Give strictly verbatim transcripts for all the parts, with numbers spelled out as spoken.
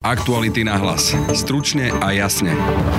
Aktuality na hlas. Stručne a jasne.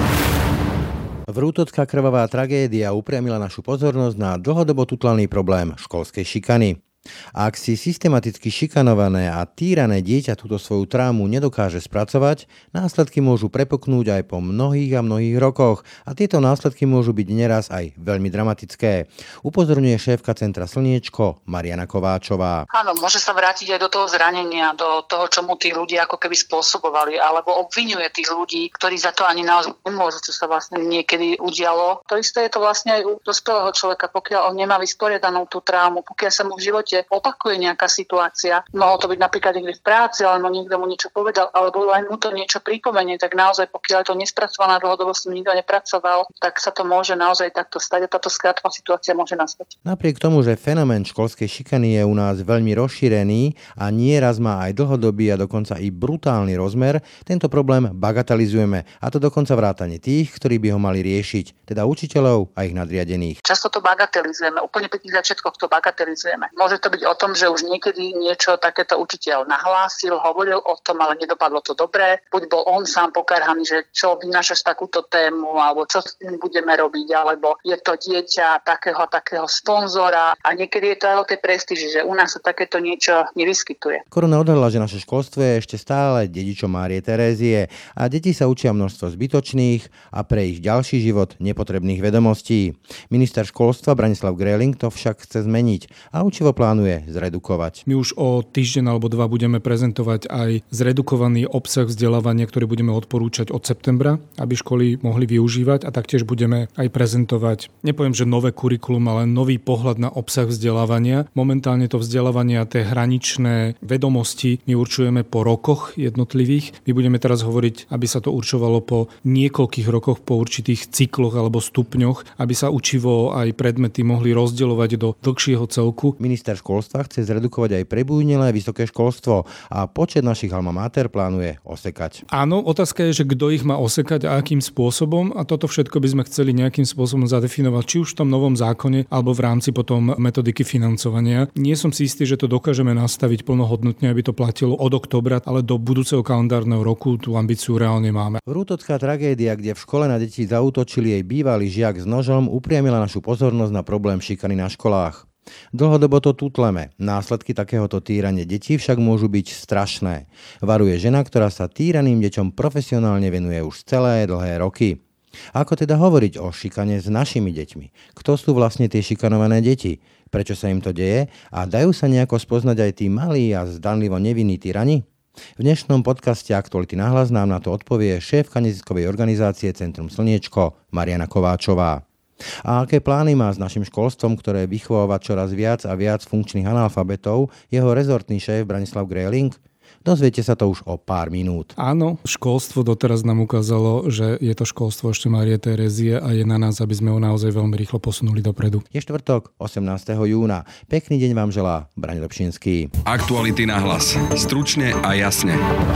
Vrútocká krvavá tragédia upriamila našu pozornosť na dlhodobo tutlaný problém školskej šikany. Ak si systematicky šikanované a týrané dieťa túto svoju traumu nedokáže spracovať, následky môžu prepuknúť aj po mnohých a mnohých rokoch a tieto následky môžu byť neraz aj veľmi dramatické. Upozorňuje šéfka Centra Slniečko Mariana Kováčová. Áno, môže sa vrátiť aj do toho zranenia, do toho, čo mu tí ľudia ako keby spôsobovali, alebo obviňuje tých ľudí, ktorí za to ani naozaj nemôžu, čo sa vlastne niekedy udialo. To isté je to vlastne aj u dospelého človeka, pokiaľ on nemá vysporiadanú tú traumu, pokiaľ sa mu v živote opakuje nejaká situácia. Mohlo to byť napríklad niekde v práci, alebo niekto mu niečo povedal, alebo len mu to niečo pripomenie, tak naozaj pokiaľ je to nespracovaná dlhodobo s tým nikto nepracoval, tak sa to môže naozaj takto stať a táto skrátka situácia môže nastať. Napriek tomu, že fenomén školskej šikany je u nás veľmi rozšírený a nieraz má aj dlhodobý a dokonca i brutálny rozmer, tento problém bagatelizujeme, a to dokonca vrátane tých, ktorí by ho mali riešiť, teda učiteľov a ich nadriadených. Často to bagatelizujeme, úplne pri tých začiatkoch to bagatelizujeme. Môže to byť o tom, že už niekedy niečo takéto učiteľ nahlásil, hovoril o tom, ale nedopadlo to dobre. Buď bol on sám pokarhaný, že čo vynášaš takúto tému, alebo čo s tým budeme robiť, alebo je to dieťa takého takého sponzora. A niekedy je to aj o tej prestíži, že u nás sa takéto niečo nevyskytuje. Korona odhalila, že naše školstvo je ešte stále dedičom Márie Terézie a deti sa učia množstvo zbytočných a pre ich ďalší život nepotrebných vedomostí. Minister školstva Branislav Gröling to však chce zmeniť a učivo plánuje zredukovať. My už o týždeň alebo dva budeme prezentovať aj zredukovaný obsah vzdelávania, ktorý budeme odporúčať od septembra, aby školy mohli využívať, a taktiež budeme aj prezentovať, nepoviem, že nové kurikulum, ale nový pohľad na obsah vzdelávania. Momentálne to vzdelávanie a tie hraničné vedomosti my určujeme po rokoch jednotlivých. My budeme teraz hovoriť, aby sa to určovalo po niekoľkých rokoch, po určitých cykloch alebo stupňoch, aby sa učivo aj predmety mohli rozdielovať do dlhšieho celku. Minister školstva chce zredukovať aj prebujnelé vysoké školstvo a počet našich alma mater plánuje osekať. Áno, otázka je, že kto ich má osekať a akým spôsobom, a toto všetko by sme chceli nejakým spôsobom zadefinovať, či už v tom novom zákone alebo v rámci potom metodiky financovania. Nie som si istý, že to dokážeme nastaviť plnohodnotne, aby to platilo od októbra, ale do budúceho kalendárneho roku tú ambíciu reálne máme. Vrútocká tragédia, kde v škole na deti zaútočili jej bývalý žiak s nožom, upriamila našu pozornosť na problém šikany na školách. Dlhodobo to tutleme. Následky takéhoto týrania detí však môžu byť strašné. Varuje žena, ktorá sa týraným deťom profesionálne venuje už celé dlhé roky. Ako teda hovoriť o šikane s našimi deťmi? Kto sú vlastne tie šikanované deti? Prečo sa im to deje? A dajú sa nejako spoznať aj tí malí a zdanlivo nevinní tyrani? V dnešnom podcaste Aktuality na hlas nám na to odpovie šéfka neziskovej organizácie Centrum Slniečko Mariana Kováčová. A aké plány má s našim školstvom, ktoré vychováva čoraz viac a viac funkčných analfabetov, jeho rezortný šéf Branislav Gröling? Dozviete sa to už o pár minút. Áno, školstvo doteraz nám ukázalo, že je to školstvo ešte Márie Terézie a je na nás, aby sme ho naozaj veľmi rýchlo posunuli dopredu. Je štvrtok, osemnásteho júna. Pekný deň vám želá Braň Lepšinský. Aktuality na hlas. Stručne a jasne.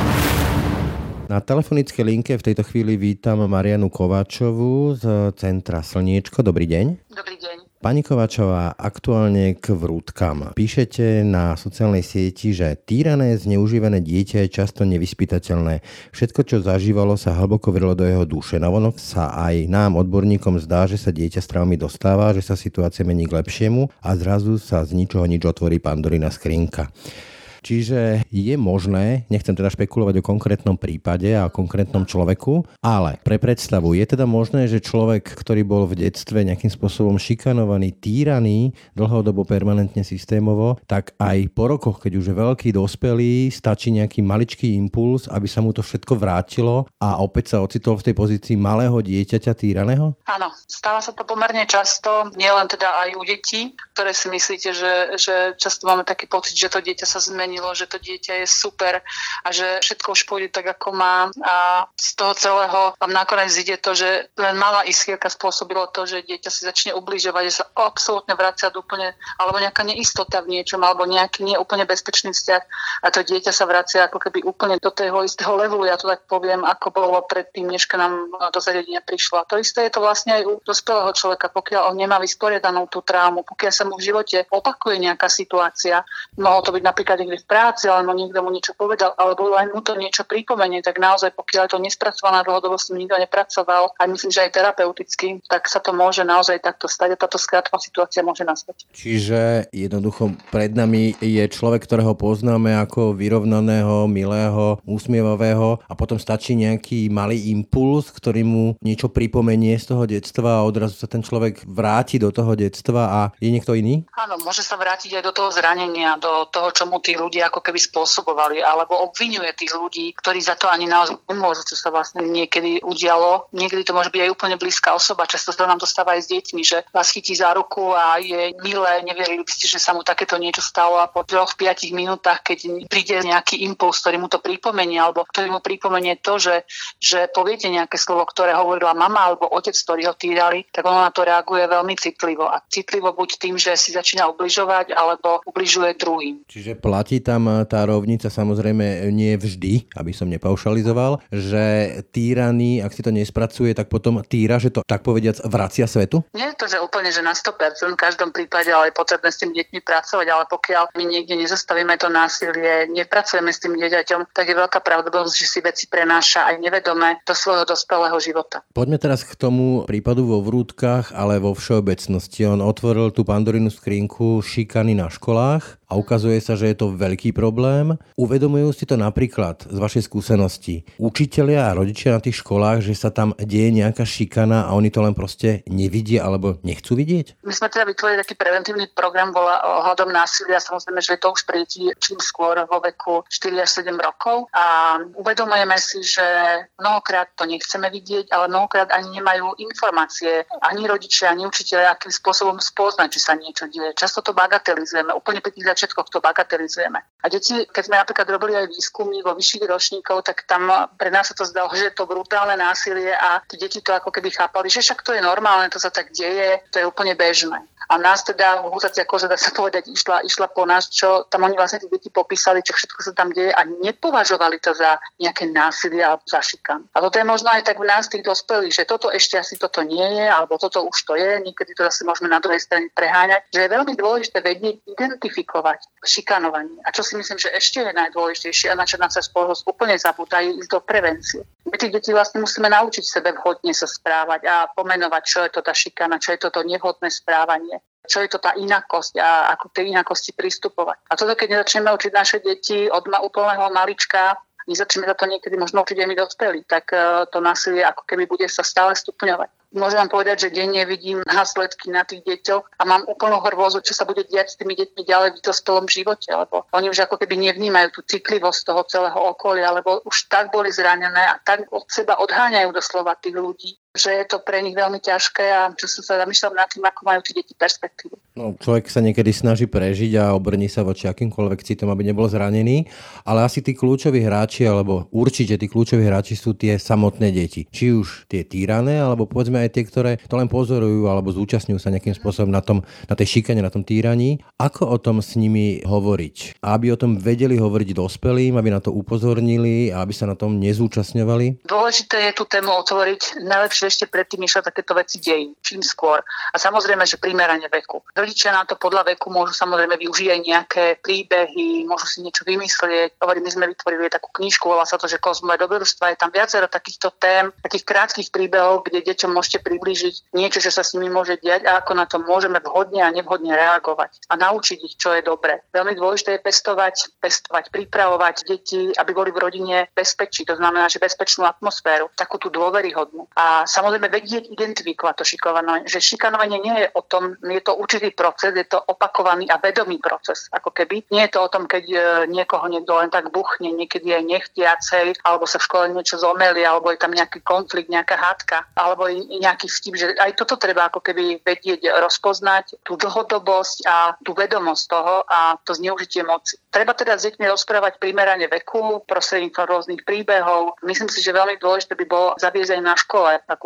Na telefonickej linke v tejto chvíli vítam Marianu Kováčovú z Centra Slniečko. Dobrý deň. Dobrý deň. Pani Kováčová, aktuálne k vrútkam. Píšete na sociálnej sieti, že týrané, zneužívané dieťa je často nevyspytateľné. Všetko, čo zažívalo, sa hlboko vrilo do jeho duše. Navonok sa aj nám, odborníkom, zdá, že sa dieťa z traumy dostáva, že sa situácia mení k lepšiemu a zrazu sa z ničoho nič otvorí Pandorina skrinka. Čiže je možné, nechcem teda špekulovať o konkrétnom prípade a o konkrétnom človeku, ale pre predstavu je teda možné, že človek, ktorý bol v detstve nejakým spôsobom šikanovaný, týraný, dlhodobo permanentne systémovo, tak aj po rokoch, keď už je veľký dospelý, stačí nejaký maličký impuls, aby sa mu to všetko vrátilo a opäť sa ocitol v tej pozícii malého dieťaťa týraného? Áno, stáva sa to pomerne často, nielen teda aj u detí, ktoré si myslíte, že, že často máme taký pocit, že to dieťa sa zmení, že to dieťa je super a že všetko už pôjde tak, ako má, a z toho celého vám nakoniec ide to, že len malá iskierka spôsobilo to, že dieťa si začne ubližovať, že sa absolútne vracia do úplne, alebo nejaká neistota v niečom, alebo nejaký neúplne bezpečný vzťah a to dieťa sa vracia ako keby úplne do toho istého levelu, ja to tak poviem, ako bolo predtým, než k nám do zariadenia prišlo. A to isté je to vlastne aj u dospelého človeka, pokiaľ on nemá vysporiadanú tú traumu, pokiaľ sa mu v živote opakuje nejaká situácia, mohlo to byť napríklad niekde v v práci, alebo niekto mu niečo povedal, alebo len mu to niečo pripomenie, tak naozaj pokiaľ je to nespracovaná dlhodobo s tým nikto nepracoval, a myslím, že aj terapeuticky, tak sa to môže naozaj takto stať a táto skrátová situácia môže nastať. Čiže jednoducho pred nami je človek, ktorého poznáme ako vyrovnaného, milého, úsmievavého a potom stačí nejaký malý impuls, ktorý mu niečo pripomenie z toho detstva a odrazu sa ten človek vráti do toho detstva a je niekto iný? Áno, môže sa vrátiť aj do toho zranenia, do toho, čo mu tí ľudia ako keby spôsobovali, alebo obviňuje tých ľudí, ktorí za to ani naozaj nemôžu, čo sa vlastne niekedy udialo. Niekedy to môže byť aj úplne blízka osoba. Často sa nám to stáva aj s deťmi, že vás chytí za ruku a je milé, neverili by ste, že sa mu takéto niečo stalo a po troch, piatich minútach, keď príde nejaký impuls, ktorý mu to pripomenie, alebo ktorý mu pripomenie to, že, že poviete nejaké slovo, ktoré hovorila mama alebo otec, ktorí ho týrali, tak ono na to reaguje veľmi citlivo. A citlivo buď tým, že si začína ubližovať, alebo ubližuje druhým. Čiže platí tam tá rovnica, samozrejme nie vždy, aby som nepaušalizoval, že týraný, ak si to nespracuje, tak potom týra, že to tak povediac vracia svetu? Nie je to, že úplne, že na sto percent v každom prípade, ale je potrebné s tým deťmi pracovať, ale pokiaľ my niekde nezastavíme to násilie, nepracujeme s tým dieťaťom, tak je veľká pravdepodobnosť, že si veci prenáša aj nevedome do svojho dospelého života. Poďme teraz k tomu prípadu vo Vrútkach, ale vo všeobecnosti. On otvoril tú Pandorinu skrinku šikany na školách a ukazuje sa, že je to veľký problém. Uvedomujú si to napríklad z vašej skúsenosti učitelia a rodičia na tých školách, že sa tam deje nejaká šikana a oni to len proste nevidia alebo nechcú vidieť? My sme teda vytvorili taký preventívny program ohľadom násilia. Samozrejme, že je to už pre deti čím skôr vo veku štyri až sedem rokov a uvedomujeme si, že mnohokrát to nechceme vidieť, ale mnohokrát ani nemajú informácie, ani rodičia, ani učitelia, akým spôsobom spoznať, či sa niečo deje. Často to bagatelizujeme, úplne pri tých začiatkoch to bagatelizujeme. A deti, keď sme napríklad robili aj výskumy vo vyšších ročníkov, tak tam pre nás sa to zdalo, že je to brutálne násilie a tí deti to ako keby chápali, že však to je normálne, to sa tak deje, to je úplne bežné. A nás teda húzacia koža, dá sa povedať, išla, išla po nás, čo tam oni vlastne tí deti popísali, čo všetko sa tam deje a nepovažovali to za nejaké násilie alebo za šikan. A toto je možno aj tak v nás tých dospelých, že toto ešte asi toto nie je, alebo toto už to je, niekedy to zase môžeme na druhej strane preháňať, že je veľmi dôležité vedieť identifikovať šikanovanie. A čo si myslím, že ešte je najdôležitejšie a na čo nás sa spoločnosť úplne zabúdajú, ísť do prevencie. My tých detí vlastne musíme naučiť sebe vhodne sa správať a pomenovať, čo je to tá šikana, čo je toto nevhodné správanie, čo je to tá inakosť a ako k tej inakosti pristupovať. A toto, keď nezačneme učiť naše deti od ma úplného malička, nezačneme za to niekedy možno učiť aj my dospelí, tak to násilie ako keby bude sa stále stupňovať. Môžem vám povedať, že denne vidím následky na tých deťoch a mám úplnú hrôzu, čo sa bude diať s tými deťmi ďalej v dospelom živote, lebo oni už ako keby nevnímajú tú citlivosť toho celého okolia, lebo už tak boli zranené a tak od seba odháňajú doslova tých ľudí, že je to pre nich veľmi ťažké a čo som sa zamýšľal nad tým, ako majú tí deti perspektívu. No, človek sa niekedy snaží prežiť a obrní sa voči akýmkoľvek citom, aby nebol zranený, ale asi tí kľúčoví hráči, alebo určite tí kľúčoví hráči sú tie samotné deti. Či už tie týrané, alebo povedzme aj tie, ktoré to len pozorujú alebo zúčastňujú sa nejakým spôsobom na tom, na tej šikane, na tom týraní. Ako o tom s nimi hovoriť? Aby o tom vedeli hovoriť dospelým, aby na to upozornili a aby sa na tom nezúčastňovali? Dôležité je tú tému otvoriť najlepšie ešte predtým, než sa takéto veci dejú, čím skôr. A samozrejme, že primerane veku. Rodičia na to podľa veku môžu samozrejme využiť aj nejaké príbehy, môžu si niečo vymyslieť. Hovorím, my sme vytvorili takú knižku, volá sa to, že Kozmové dobrodružstva. Je tam viacero takýchto tém, takých krátkych príbehov, kde deťom môžete priblížiť niečo, čo sa s nimi môže diať a ako na to môžeme vhodne a nevhodne reagovať a naučiť ich, čo je dobre. Veľmi dôležité je pestovať, pestovať, pripravovať deti, aby boli v rodine bezpečí. To znamená, že bezpečnú atmosféru, takú tú dôveryhodnú. A samozrejme vedieť identifikovať to šikanovanie. Že šikanovanie nie je o tom, je to určitý proces, je to opakovaný a vedomý proces. Ako keby. Nie je to o tom, keď niekoho niekto len tak buchne, niekedy aj nechtiacej, alebo sa v škole niečo zomeli, alebo je tam nejaký konflikt, nejaká hádka, alebo nejaký vtip, že aj toto treba ako keby vedieť rozpoznať, tú dlhodobosť a tú vedomosť toho a to zneužitie moci. Treba teda s deťmi rozprávať primerane veku, prostredníctvom rôznych príbehov. Myslím si, že veľmi dôležité by bolo zaviesť aj na škole takú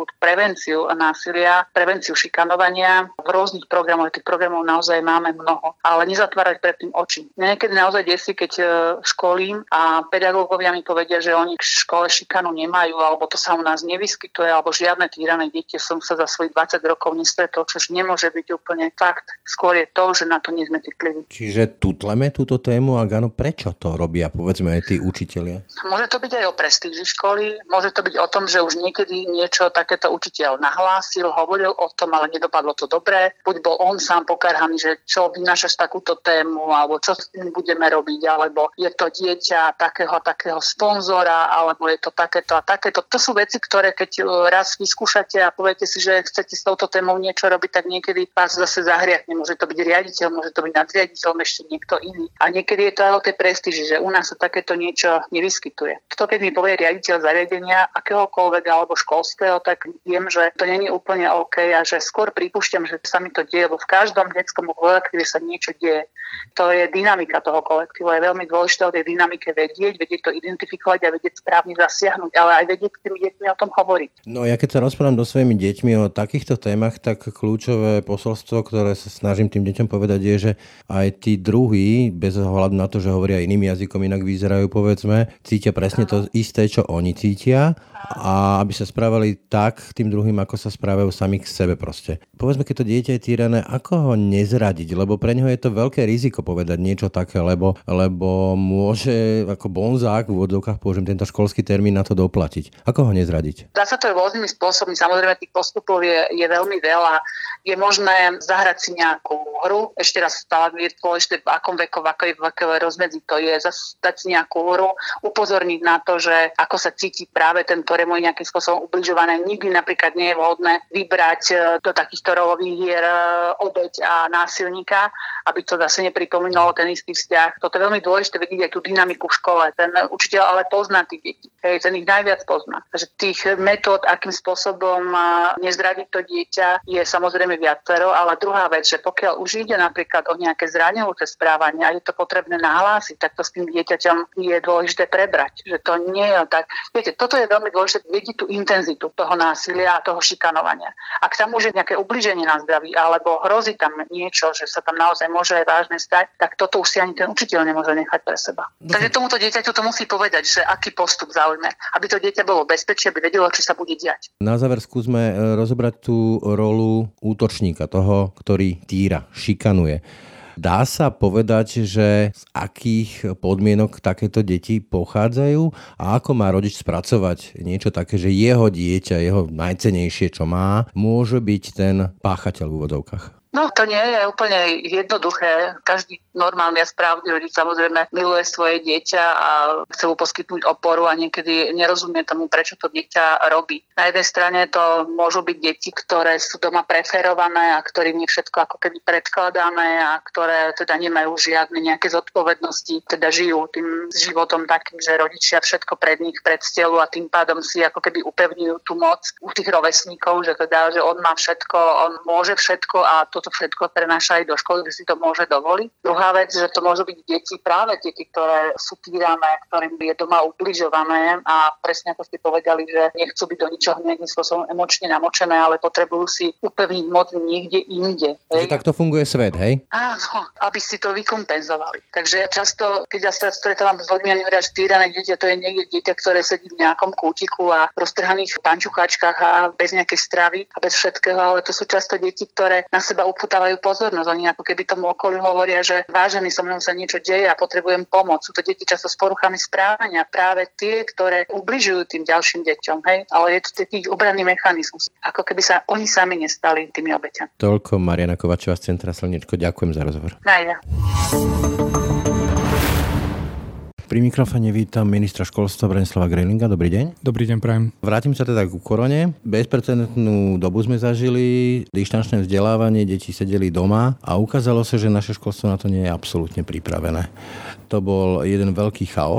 takú prevenciu násilia, prevenciu šikanovania. V rôznych programoch, tých programov naozaj máme mnoho, ale nezatvárať pred tým oči. Niekedy naozaj desí, keď školím a pedagógovia mi povedia, že oni v škole šikanu nemajú, alebo to sa u nás nevyskytuje, alebo žiadne týrané deti som sa za svojich dvadsať rokov nestretol, čo nemôže byť úplne fakt. Skôr je to, že na to nie sme citliví. Čiže tutleme túto tému a áno, prečo to robia, povedzme, aj tí učitelia? Môže to byť aj o prestíži školy, môže to byť o tom, že už niekedy niečo takéto učiteľ nahlásil, hovoril o tom, ale nedopadlo to dobre. Buď bol on sám pokarhaný, že čo vynášaš takúto tému, alebo čo s tým budeme robiť, alebo je to dieťa takého takého sponzora, alebo je to takéto a takéto. To sú veci, ktoré keď raz vyskúšate a poviete si, že chcete s touto témou niečo robiť, tak niekedy vás zase zahriatne. Môže to byť riaditeľ, môže to byť nadriaditeľ, ešte niekto iný. A niekedy je to aj o tej prestíži, že u nás sa takéto niečo nevyskytuje. Kto keď mi povie riaditeľ zariadenia akéhokoľvek alebo školského, tak viem, že to nie je úplne OK a že skôr pripúšťam, že sa mi to deje, lebo v každom detskom kolektíve sa niečo deje. To je dynamika toho kolektívu. Je veľmi dôležité o tej dynamike vedieť, vedieť to identifikovať a vedieť správne zasiahnuť, ale aj vedieť s tými deťmi o tom hovoriť. No ja keď sa rozprávam so svojimi deťmi o takýchto témach, tak kľúčové posolstvo, ktoré sa snažím tým deťom povedať, je, že aj tí druhí, bez ohľadu na to, že hovoria iným jazykom, inak vyzerajú, povedzme, cítia presne to isté, čo oni cítia a aby sa správali tak tým druhým, ako sa správajú sami k sebe proste. Povedzme, keď to dieťa je týrané, ako ho nezradiť, lebo pre ňoho je to veľké riziko povedať niečo také, lebo, lebo môže ako bonzák, v úvodzovkách použijem tento školský termín, na to doplatiť. Ako ho nezradiť? Dá sa to rôznymi spôsobmi, samozrejme tých postupov je, je veľmi veľa. Je možné zahrať si nejakú hru, ešte raz stále je dôležité, v akom veku, v akej vekovej rozmedzi to je, dať si nejakú hru, upozorniť na to, že ako sa cíti práve ten, ktorému je nejakým spôsobom ubližované. Nikdy napríklad nie je vhodné vybrať do takýchto rolových hier obeť a násilníka, aby to zase nepripomínalo ten istý vzťah. Toto je veľmi dôležité vidieť aj tú dynamiku v škole. Ten učiteľ ale pozná tých detí. Ten ich najviac pozná. Takže tých metód, akým spôsobom nezradiť to dieťa, je samozrejme viacero, ale druhá vec, že pokiaľ už ide napríklad o nejaké zranujúce správanie a je to potrebné nahlásiť, tak to s tým dieťaťom je dôležité prebrať. Že to nie je tak. Viete, toto je veľmi dôležité vedieť tú intenzitu toho násilia a toho šikanovania. Ak tam môže nejaké ubliženie na zdraví alebo hrozí tam niečo, že sa tam naozaj môže aj vážne stať, tak toto už si ani ten učiteľ nemôže nechať pre seba. No. Takže tomuto dieťaťu to musí povedať, že aký postup zaujme, aby to dieťa bolo bezpečie, aby vedelo, čo sa bude diať. Na záver skúsme rozobrať tú rolu útočníka, toho, ktorý týra, šikanuje. Dá sa povedať, že z akých podmienok takéto deti pochádzajú a ako má rodič spracovať niečo také, že jeho dieťa, jeho najcennejšie, čo má, môže byť ten páchateľ v úvodovkách? No, to nie je úplne jednoduché. Každý normálny a správny rodič samozrejme miluje svoje dieťa a chce mu poskytnúť oporu a niekedy nerozumie tomu, prečo to dieťa robí. Na jednej strane to môžu byť deti, ktoré sú doma preferované a ktorým je všetko ako keby predkladané a ktoré teda nemajú žiadne nejaké zodpovednosti, teda žijú tým životom takým, že rodičia všetko pred nich predstielu a tým pádom si ako keby upevňujú tú moc u tých rovesníkov, že teda, že on má všetko, on môže všetko a to toto všetko prenáša aj do školy, kde si to môže dovoliť. Druhá vec, že to môžu byť deti, práve deti, ktoré sú týrané, ktorým je doma ubližované a presne ako ste povedali, že nechcú byť do ničoho nejakým spôsobom emočne namočené, ale potrebujú si upevniť moc niekde inde. Že takto funguje svet, hej? Áno, aby si to vykompenzovali. Takže často, keď ja sa stretávam s ľuďmi a nevedia, že týrané dieťa, to je niekde dieťa, ktoré sedí v nejakom kútiku a v roztrhaných pančuchačkách a bez nejakej stravy a bez všetkého, ale to sú často deti, ktoré na seba uputávajú pozornosť. Oni ako keby tomu okoliu hovoria, že vážený, so mnou sa niečo deje a potrebujem pomoc. Sú to deti často s poruchami správania, práve tie, ktoré ubližujú tým ďalším deťom, hej? Ale je to taký obranný mechanizmus. Ako keby sa oni sami nestali tými obeťami. Toľko Mariana Kovačová z Centra Slniečko. Ďakujem za rozhovor. Aj ja. Pri mikrofóne vítam ministra školstva Branislava Gröhlinga. Dobrý deň. Dobrý deň, prajem. Vrátim sa teda ku korone. Bezprecedentnú dobu sme zažili, dištančné vzdelávanie, deti sedeli doma a ukázalo sa, že naše školstvo na to nie je absolútne pripravené. To bol jeden veľký chaos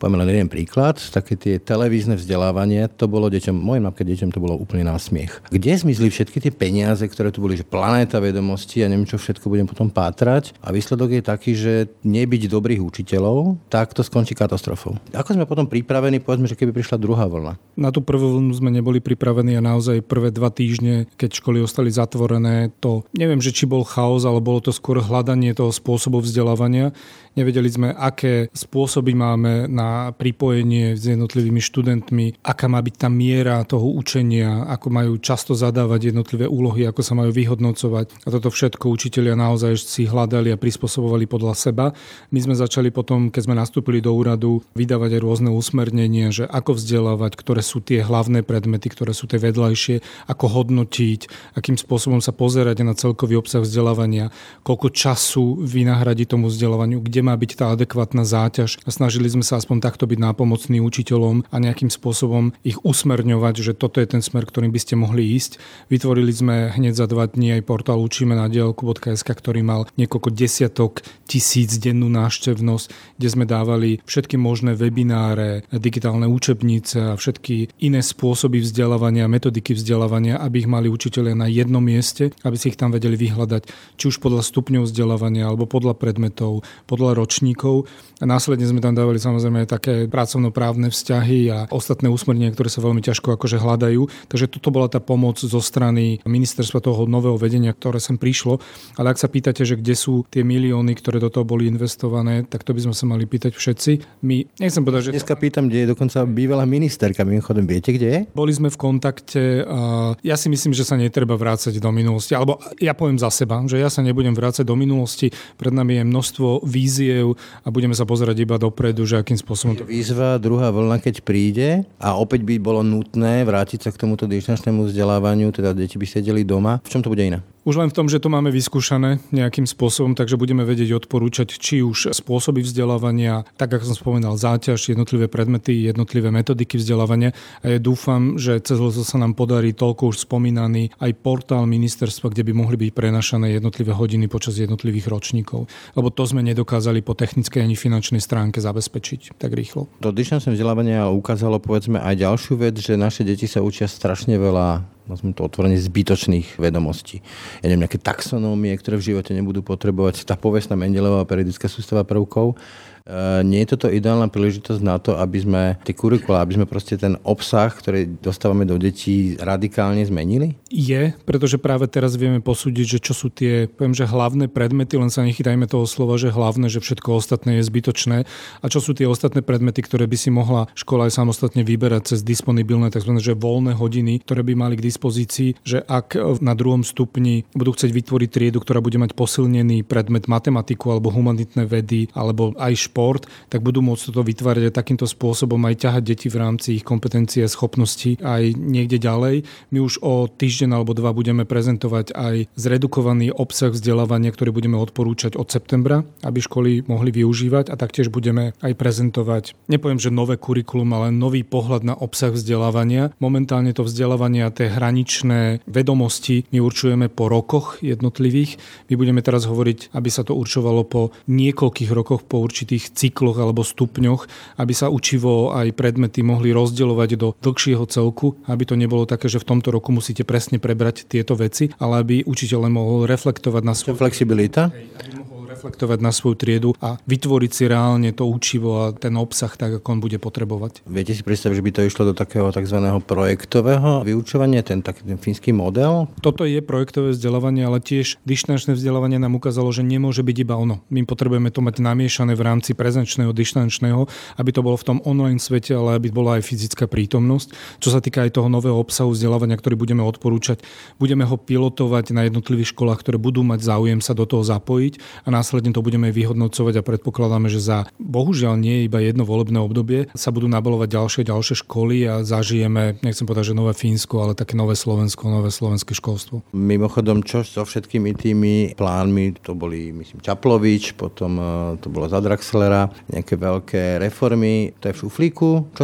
Poviem len jeden príklad, také tie televízne vzdelávanie, to bolo deťom, mojim napríklad deťom to bolo úplne násmiech. Kde zmizli všetky tie peniaze, ktoré tu boli, že planéta vedomostí a neviem čo všetko budem potom pátrať a výsledok je taký, že nebyť dobrých učiteľov, tak to skončí katastrofou. Ako sme potom pripravení, povedzme, že keby prišla druhá vlna? Na tú prvú vlnu sme neboli pripravení a naozaj prvé dva týždne, keď školy ostali zatvorené, to neviem, že či bol chaos, ale bolo to skôr hľadanie toho spôsobu vzdelávania. Nevedeli sme, aké spôsoby máme na pripojenie s jednotlivými študentmi, aká má byť tá miera toho učenia, ako majú často zadávať jednotlivé úlohy, ako sa majú vyhodnocovať. A toto všetko učitelia naozaj si hľadali a prispôsobovali podľa seba. My sme začali potom, keď sme nastúpili do úradu, vydávať aj rôzne usmernenia, že ako vzdelávať, ktoré sú tie hlavné predmety, ktoré sú tie vedľajšie, ako hodnotiť, akým spôsobom sa pozerať na celkový obsah vzdelávania, koľko času vynahradiť tomu vzdelávaniu, kde má byť tá adekvátna záťaž. A snažili sme sa aspoň takto byť nápomocní učiteľom a nejakým spôsobom ich usmerňovať, že toto je ten smer, ktorým by ste mohli ísť. Vytvorili sme hneď za dva dní aj portál učíme na diaľku bodka es ká, ktorý mal niekoľko desiatok tisíc dennú návštevnosť, kde sme dávali všetky možné webináre, digitálne učebnice a všetky iné spôsoby vzdelávania, metodiky vzdelávania, aby ich mali učitelia na jednom mieste, aby si ich tam vedeli vyhľadať, či už podľa stupňov vzdelávania alebo podľa predmetov, podľa ročníkov. A následne sme tam dávali samozrejme aj také pracovnoprávne vzťahy a ostatné usmernenia, ktoré sa veľmi ťažko akože hľadajú. Takže toto bola tá pomoc zo strany ministerstva toho nového vedenia, ktoré sem prišlo. Ale ak sa pýtate, že kde sú tie milióny, ktoré do toho boli investované, tak to by sme sa mali pýtať všetci. My, nechcem povedať, že... Dneska pýtam, kde je dokonca bývalá ministerka. Mimochodom, viete, kde je? Boli sme v kontakte a ja si myslím, že sa netreba vrácať do minulosti. Alebo ja poviem za seba, že ja sa nebudem vrácať do minulosti. Pred nami je množstvo víziev a budeme sa pozerať iba dopredu, že akým spôsobom to... Výzva, druhá vlna, keď príde a opäť by bolo nutné vrátiť sa k tomuto dištančnému vzdelávaniu, teda deti by sedeli doma. V čom to bude iné? Už len v tom, že to máme vyskúšané nejakým spôsobom, takže budeme vedieť odporúčať či už spôsoby vzdelávania, tak ako som spomenal, záťaž, jednotlivé predmety, jednotlivé metodiky vzdelávania. A ja dúfam, že cez leto sa nám podarí toľko už spomínaný aj portál ministerstva, kde by mohli byť prenašané jednotlivé hodiny počas jednotlivých ročníkov. Lebo to sme nedokázali po technickej ani finančnej stránke zabezpečiť tak rýchlo. To dištančné vzdelávanie ukázalo povedzme aj ďalšiu vec, že naše deti sa učia strašne veľa, nazvime to otvorene, zbytočných vedomostí. Ja neviem, nejaké taxonómie, ktoré v živote nebudú potrebovať, tá povestná Mendelová periodická sústava prvkov. E, nie je toto ideálna príležitosť na to, aby sme tie kurikulá, aby sme proste ten obsah, ktorý dostávame do detí, radikálne zmenili? Je, pretože práve teraz vieme posúdiť, že čo sú tie, poviem, že hlavné predmety, len sa nechytajme toho slova, že hlavné, že všetko ostatné je zbytočné. A čo sú tie ostatné predmety, ktoré by si mohla škola aj samostatne vyberať cez disponibilné, tzv. Že voľné hodiny, ktoré by mali k dispozícii, že ak na druhom stupni budú chcieť vytvoriť triedu, ktorá bude mať posilnený predmet matematiku alebo humanitné vedy alebo aj šport, tak budú môcť toto vytvárať aj takýmto spôsobom, aj ťahať deti v rámci ich kompetencie a schopností aj niekde ďalej. My už o týždeň alebo dva budeme prezentovať aj zredukovaný obsah vzdelávania, ktorý budeme odporúčať od septembra, aby školy mohli využívať a taktiež budeme aj prezentovať, nepoviem, že nové kurikulum, ale nový pohľad na obsah vzdelávania. Momentálne to vzdelávanie a tie hraničné vedomosti my určujeme po rokoch jednotlivých. My budeme teraz hovoriť, aby sa to určovalo po niekoľkých rokoch, po určitých cykloch alebo stupňoch, aby sa učivo aj predmety mohli rozdeľovať do dlhšieho celku, aby to nebolo také, že v tomto roku musíte presne prebrať tieto veci, ale aby učiteľ mohol reflektovať na svoju flexibilita. reflektovať na svoju triedu a vytvoriť si reálne to učivo a ten obsah tak, ako on bude potrebovať. Viete si predstaviť, že by to išlo do takého tzv. Projektového vyučovania, ten taký ten fínsky model? Toto je projektové vzdelávanie, ale tiež dištančné vzdelávanie nám ukázalo, že nemôže byť iba ono. My potrebujeme to mať namiešané v rámci prezenčného, dištančného, aby to bolo v tom online svete, ale aby bola aj fyzická prítomnosť. Čo sa týka aj toho nového obsahu vzdelávania, ktorý budeme odporúčať, budeme ho pilotovať na jednotlivých školách, ktoré budú mať záujem sa do toho zapojiť a následne to budeme vyhodnocovať a predpokladáme, že za bohužiaľ nie iba jedno volebné obdobie sa budú nabalovať ďalšie ďalšie školy a zažijeme, nechcem povedať, že nové Fínsko, ale také nové Slovensko, nové slovenské školstvo. Mimochodom, čo so všetkými tými plánmi, to boli, myslím, Čaplovič, potom to bolo za Draxlera, nejaké veľké reformy, to je v šuflíku. Čo s tým?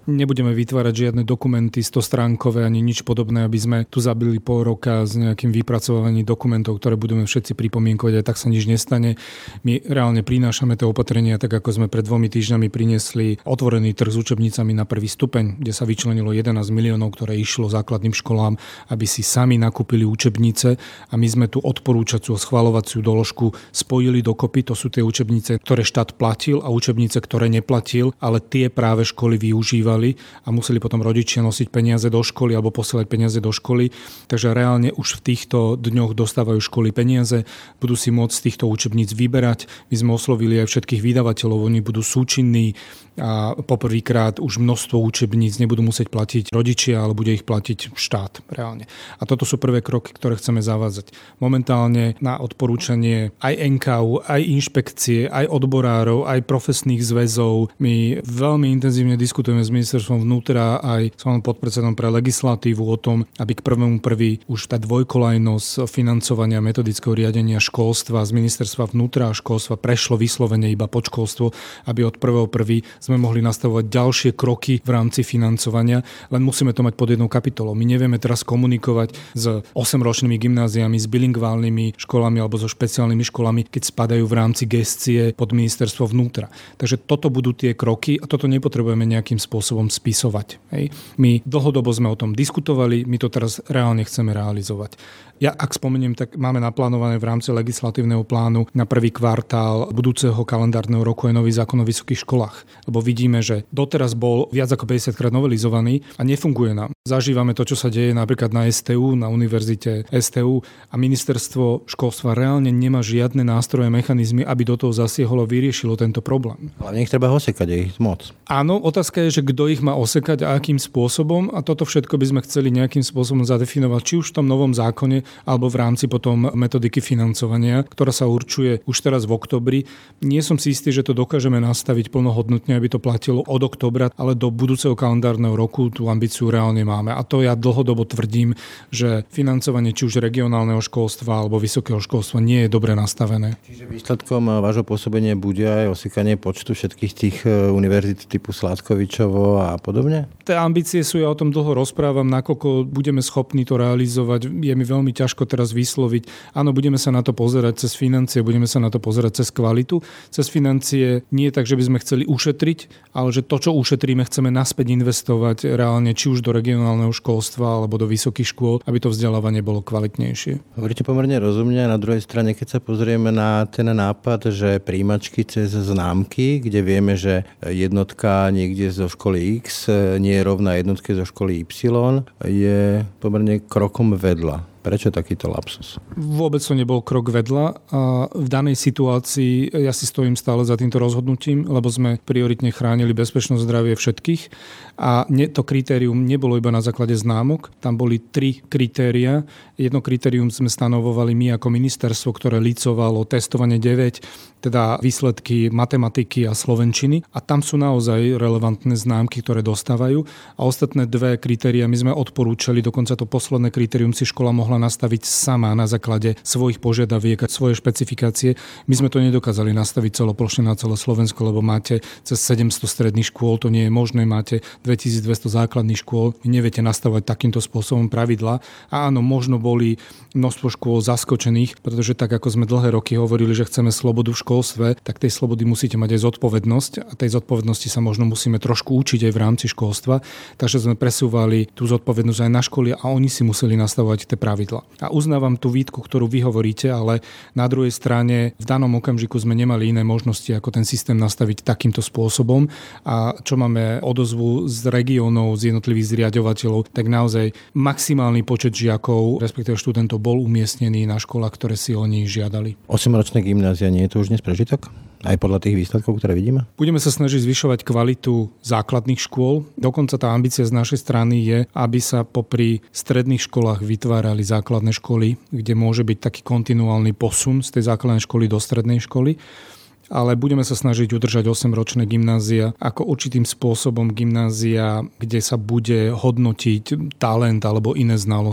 Nebudeme vytvárať žiadne dokumenty stostránkové ani nič podobné, aby sme tu zabili pol roka s nejakým vypracovaním dokumentov, ktoré budeme všetci pripomienkovať, a tak sa nič nestane. My reálne prinášame tie opatrenia, tak ako sme pred dvomi týždňami priniesli otvorený trh s učebnicami na prvý stupeň, kde sa vyčlenilo jedenásť miliónov, ktoré išlo základným školám, aby si sami nakúpili učebnice, a my sme tú odporúčaciu schvaľovaciu doložku spojili dokopy. To sú tie učebnice, ktoré štát platil, a učebnice, ktoré neplatil, ale tie práve školy využívali a museli potom rodičia nosiť peniaze do školy alebo posielať peniaze do školy. Takže reálne už v týchto dňoch dostávajú školy peniaze, budú si môcť z týchto učebníc vyberať. My sme oslovili aj všetkých vydavateľov, oni budú súčinní a poprvýkrát už množstvo učebníc nebudú musieť platiť rodičia, ale bude ich platiť štát reálne. A toto sú prvé kroky, ktoré chceme zavádzať. Momentálne na odporúčanie aj en ká ú, aj inšpekcie, aj odborárov, aj profesných zväzov. My veľmi intenzívne diskutujeme s ministerstvom vnútra aj s pánom podpredsedom pre legislatívu o tom, aby k prvému prvý už tá dvojkolajnosť financovania metodického riadenia školstva z ministerstva vnútra a školstva prešlo vyslovene iba pod školstvo, aby od prvého prvý sme mohli nastavovať ďalšie kroky v rámci financovania, len musíme to mať pod jednou kapitolou. My nevieme teraz komunikovať s osemročnými gymnáziami, s bilingválnymi školami alebo so špeciálnymi školami, keď spadajú v rámci gestie pod ministerstvo vnútra. Takže toto budú tie kroky a toto nepotrebujeme nejakým spôsobom spisovať. Hej. My dlhodobo sme o tom diskutovali, my to teraz reálne chceme realizovať. Ja, ak spomeniem, tak máme naplánované v rámci legislatívneho plánu na prvý kvartál budúceho kalendárneho roku aj nový zákon o vysokých školách. Lebo vidíme, že doteraz bol viac ako päťdesiatkrát novelizovaný a nefunguje nám. Zažívame to, čo sa deje napríklad na es té ú, na univerzite es té ú, a ministerstvo školstva reálne nemá žiadne nástroje, mechanizmy, aby do toho zasiehlo a vyriešilo tento problém. Ale nech treba osekať, je ich moc. Áno, otázka je, že kto ich má osekať a akým spôsobom, a toto všetko by sme chceli nejakým spôsobom zadefinovať, či už v tom novom zákone, alebo v rámci potom metodiky financovania, ktorá sa určuje už teraz v októbri. Nie som si istý, že to dokážeme nastaviť plnohodnotne, aby to platilo od októbra, ale do budúceho kalendárneho roku tú ambíciu reálne máme. A to ja dlhodobo tvrdím, že financovanie či už regionálneho školstva alebo vysokého školstva nie je dobre nastavené. Čiže výsledkom vášho pôsobenia bude aj osekanie počtu všetkých tých univerzít typu Sládkovičovo a podobne? Tie ambície sú, ja o tom dlho rozprávam, nakoľko budeme schopní to realizovať. Je mi veľmi ťažko teraz vysloviť. Áno, budeme sa na to pozerať cez financie, budeme sa na to pozerať cez kvalitu. Cez financie nie tak, že by sme chceli ušetriť, ale že to, čo ušetríme, chceme naspäť investovať reálne či už do regionálneho školstva alebo do vysokých škôl, aby to vzdelávanie bolo kvalitnejšie. Hovoríte pomerne rozumne, a na druhej strane, keď sa pozrieme na ten nápad, že príjmačky cez známky, kde vieme, že jednotka niekde zo školy X nie je rovná jednotke zo školy Y, je pomerne krokom vedľa. Prečo takýto lapsus? Vôbec to nebol krok vedľa a v danej situácii ja si stojím stále za týmto rozhodnutím, lebo sme prioritne chránili bezpečnosť zdravie všetkých a to kritérium nebolo iba na základe známok, tam boli tri kritéria. Jedno kritérium sme stanovovali my ako ministerstvo, ktoré licovalo testovanie deväť, teda výsledky matematiky a slovenčiny, a tam sú naozaj relevantné známky, ktoré dostávajú, a ostatné dve kritéria my sme odporúčali, dokonca to posledné kritérium si škola mohla nastaviť sama na základe svojich požiadaviek a svoje špecifikácie. My sme to nedokázali nastaviť celoplošne na celé Slovensko, lebo máte cez sedemsto stredných škôl, to nie je možné, máte dvetisícdvesto základných škôl, vy neviete nastavovať takýmto spôsobom pravidlá. A áno, možno boli množstvo škôl zaskočených, pretože tak ako sme dlhé roky hovorili, že chceme slobodu v školstve, tak tej slobody musíte mať aj zodpovednosť, a tej zodpovednosti sa možno musíme trošku učiť aj v rámci školstva. Takže sme presúvali tú zodpovednosť aj na školy a oni si museli nastavovať tie pravidlá. A uznávam tú výtku, ktorú vy hovoríte, ale na druhej strane v danom okamžiku sme nemali iné možnosti, ako ten systém nastaviť takýmto spôsobom. A čo máme odozvu z regiónov, z jednotlivých zriaďovateľov, tak naozaj maximálny počet žiakov, respektíve študentov, bol umiestnený na školách, ktoré si oni žiadali. osemročné gymnázia, nie je to už dnes prežitok? Aj podľa tých výsledkov, ktoré vidíme? Budeme sa snažiť zvyšovať kvalitu základných škôl. Dokonca tá ambícia z našej strany je, aby sa popri stredných školách vytvárali základné školy, kde môže byť taký kontinuálny posun z tej základnej školy do strednej školy. Ale budeme sa snažiť udržať osemročné gymnázia ako určitým spôsobom gymnázia, kde sa bude hodnotiť talent alebo iné znalosti.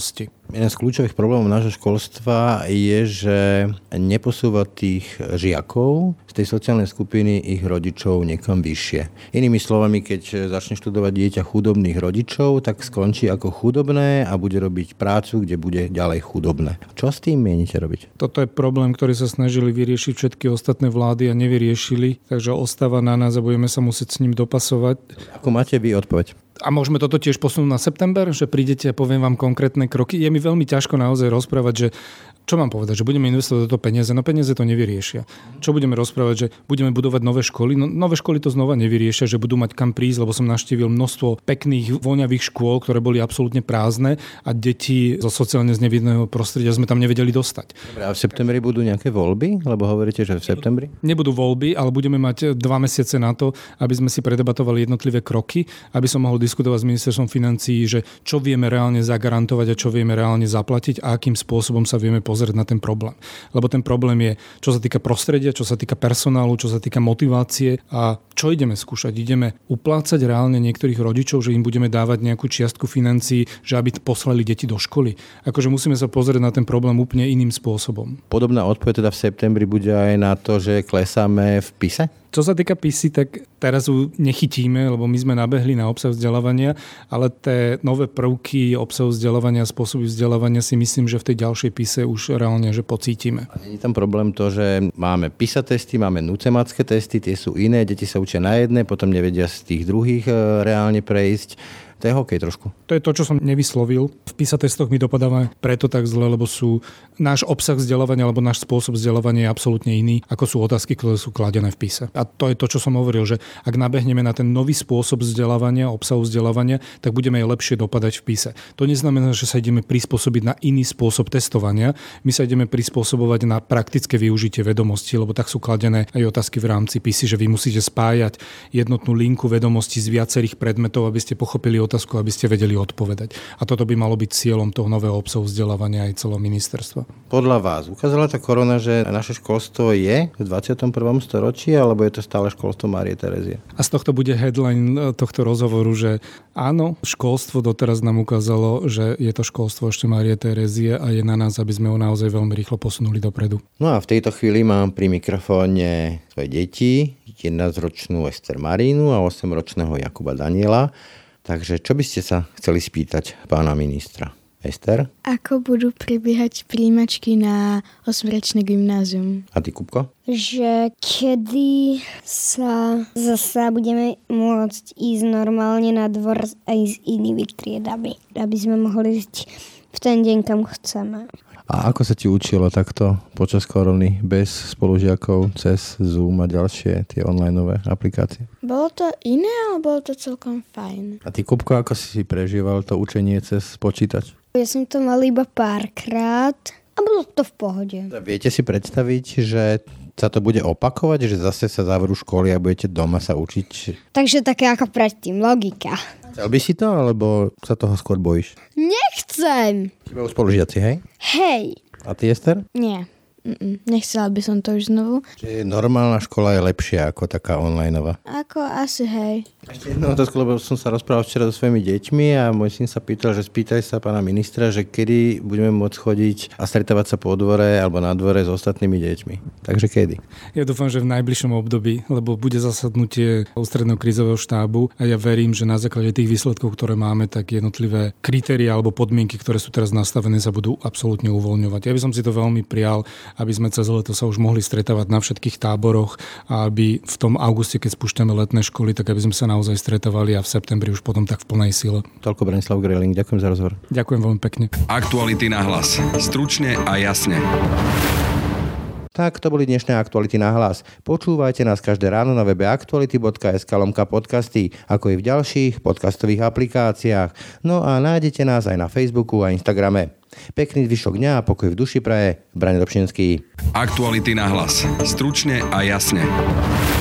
Jeden z kľúčových problémov nášho školstva je, že neposúva tých žiakov z tej sociálnej skupiny ich rodičov niekam vyššie. Inými slovami, keď začne študovať dieťa chudobných rodičov, tak skončí ako chudobné a bude robiť prácu, kde bude ďalej chudobné. Čo s tým mienite robiť? Toto je problém, ktorý sa snažili vyriešiť všetky ostatné vlády a nevyriešili, takže ostáva na nás a budeme sa musieť s ním dopasovať. Ako máte vy odpoveď? A môžeme toto tiež posunúť na september, že prídete a poviem vám konkrétne kroky. Je mi veľmi ťažko naozaj rozprávať, že čo mám povedať, že budeme investovať do toho peniaze, no peniaze to nevyriešia. Čo budeme rozprávať, že budeme budovať nové školy? No nové školy to znova nevyriešia, že budú mať kam prísť, lebo som navštívil množstvo pekných voňavých škôl, ktoré boli absolútne prázdne a deti zo sociálne znevýhodneného prostredia sme tam nevedeli dostať. Dobre, a v septembri budú nejaké voľby? Lebo hovoríte, že v septembri? Nebudú voľby, ale budeme mať dva mesiace na to, aby sme si predebatovali jednotlivé kroky, aby som mohol diskutovať s ministerstvom financií, že čo vieme reálne zagarantovať a čo vieme reálne zaplatiť a akým spôsobom sa vieme pozrieť na ten problém. Lebo ten problém je, čo sa týka prostredia, čo sa týka personálu, čo sa týka motivácie a čo ideme skúšať. Ideme uplácať reálne niektorých rodičov, že im budeme dávať nejakú čiastku financií, že aby poslali deti do školy. Akože musíme sa pozrieť na ten problém úplne iným spôsobom. Podobná odpoveď teda v septembri bude aj na to, že klesáme v píse? Čo sa týka písy, tak teraz ju nechytíme, lebo my sme nabehli na obsah vzdelávania, ale tie nové prvky obsahu vzdelávania, spôsoby vzdelávania si myslím, že v tej ďalšej píse už reálne že pocítime. A nie je tam problém to, že máme písa testy, máme nucemacké testy, tie sú iné, deti sa učia na jedné, potom nevedia z tých druhých reálne prejsť. To je hokej trošku. To je to, čo som nevyslovil. V písa testoch my dopadáme preto tak zle, lebo sú náš obsah vzdelávania alebo náš spôsob vzdelávania je absolútne iný, ako sú otázky, ktoré sú kladené v píse. A to je to, čo som hovoril, že ak nabehneme na ten nový spôsob vzdelávania, obsahu vzdelávania, tak budeme aj lepšie dopadať v píse. To neznamená, že sa ideme prispôsobiť na iný spôsob testovania. My sa ideme prispôsobovať na praktické využitie vedomostí, lebo tak sú kladené aj otázky v rámci písy, že vy musíte spájať jednotnú linku vedomostí z viacerých predmetov, aby ste pochopili otázku, aby ste vedeli odpovedať. A toto by malo byť cieľom toho nového obsahu vzdelávania aj celého ministerstva. Podľa vás ukázala tá korona, že naše školstvo je v dvadsiatom prvom storočí, alebo je to stále školstvo Márie Terezie? A z tohto bude headline tohto rozhovoru, že áno, školstvo doteraz nám ukázalo, že je to školstvo ešte Márie Terezie a je na nás, aby sme ho naozaj veľmi rýchlo posunuli dopredu. No a v tejto chvíli mám pri mikrofóne svoje deti, jedenásťročnú Ester Marínu a osemročného Jakuba Daniela. Takže čo by ste sa chceli spýtať pána ministra? Ester? Ako budú prebiehať príjmačky na osmročné gymnázium? A ty, Kupko? Že kedy sa zasa budeme môcť ísť normálne na dvor aj s inými triedami, aby sme mohli ísť v ten deň, kam chceme. A ako sa ti učilo takto počas korony bez spolužiakov cez Zoom a ďalšie tie onlineové aplikácie? Bolo to iné, ale bolo to celkom fajn. A ty, Kupko, ako si prežíval to učenie cez počítač? Ja som to mal iba párkrát a bolo to v pohode. Viete si predstaviť, že sa to bude opakovať, že zase sa zavrú školy a budete doma sa učiť? Takže také ako predtým, logika. Chcel by si to, alebo sa toho skôr bojíš? Nechcem! Tebe už spolužiaci, hej? Hej! A ty, Ester? Nie. Mm-mm. Nechcela by som to už znovu. Čiže normálna škola je lepšia ako taká onlineová? Ako asi hej. Ešte jednu otázku, lebo som sa rozprával včera so svojimi deťmi a môj syn sa pýtal, že spýtaj sa pána ministra, že kedy budeme môcť chodiť a stretávať sa po dvore alebo na dvore s ostatnými deťmi. Takže kedy? Ja dúfam, že v najbližšom období, lebo bude zasadnutie ústredného krízového štábu a ja verím, že na základe tých výsledkov, ktoré máme, tak jednotlivé kritériá alebo podmienky, ktoré sú teraz nastavené, sa budú absolútne uvoľňovať. Ja by som si to veľmi prijal, aby sme cez leto sa už mohli stretávať na všetkých táboroch a aby v tom auguste, keď spúšťame letné školy, tak aby sme sa naozaj stretávali a v septembri už potom tak v plnej sile. Toľko Branislav Greling, ďakujem za rozhovor. Ďakujem veľmi pekne. Aktuality na hlas. Stručne a jasne. Tak to boli dnešné Aktuality na hlas. Počúvajte nás každé ráno na webe aktuality bodka es ká lomka podcasty, ako i v ďalších podcastových aplikáciách. No a nájdete nás aj na Facebooku a Instagrame. Pekný zvyšok dňa a pokoj v duši praje Brane Dobšinský. Aktuality na hlas. Stručne a jasne.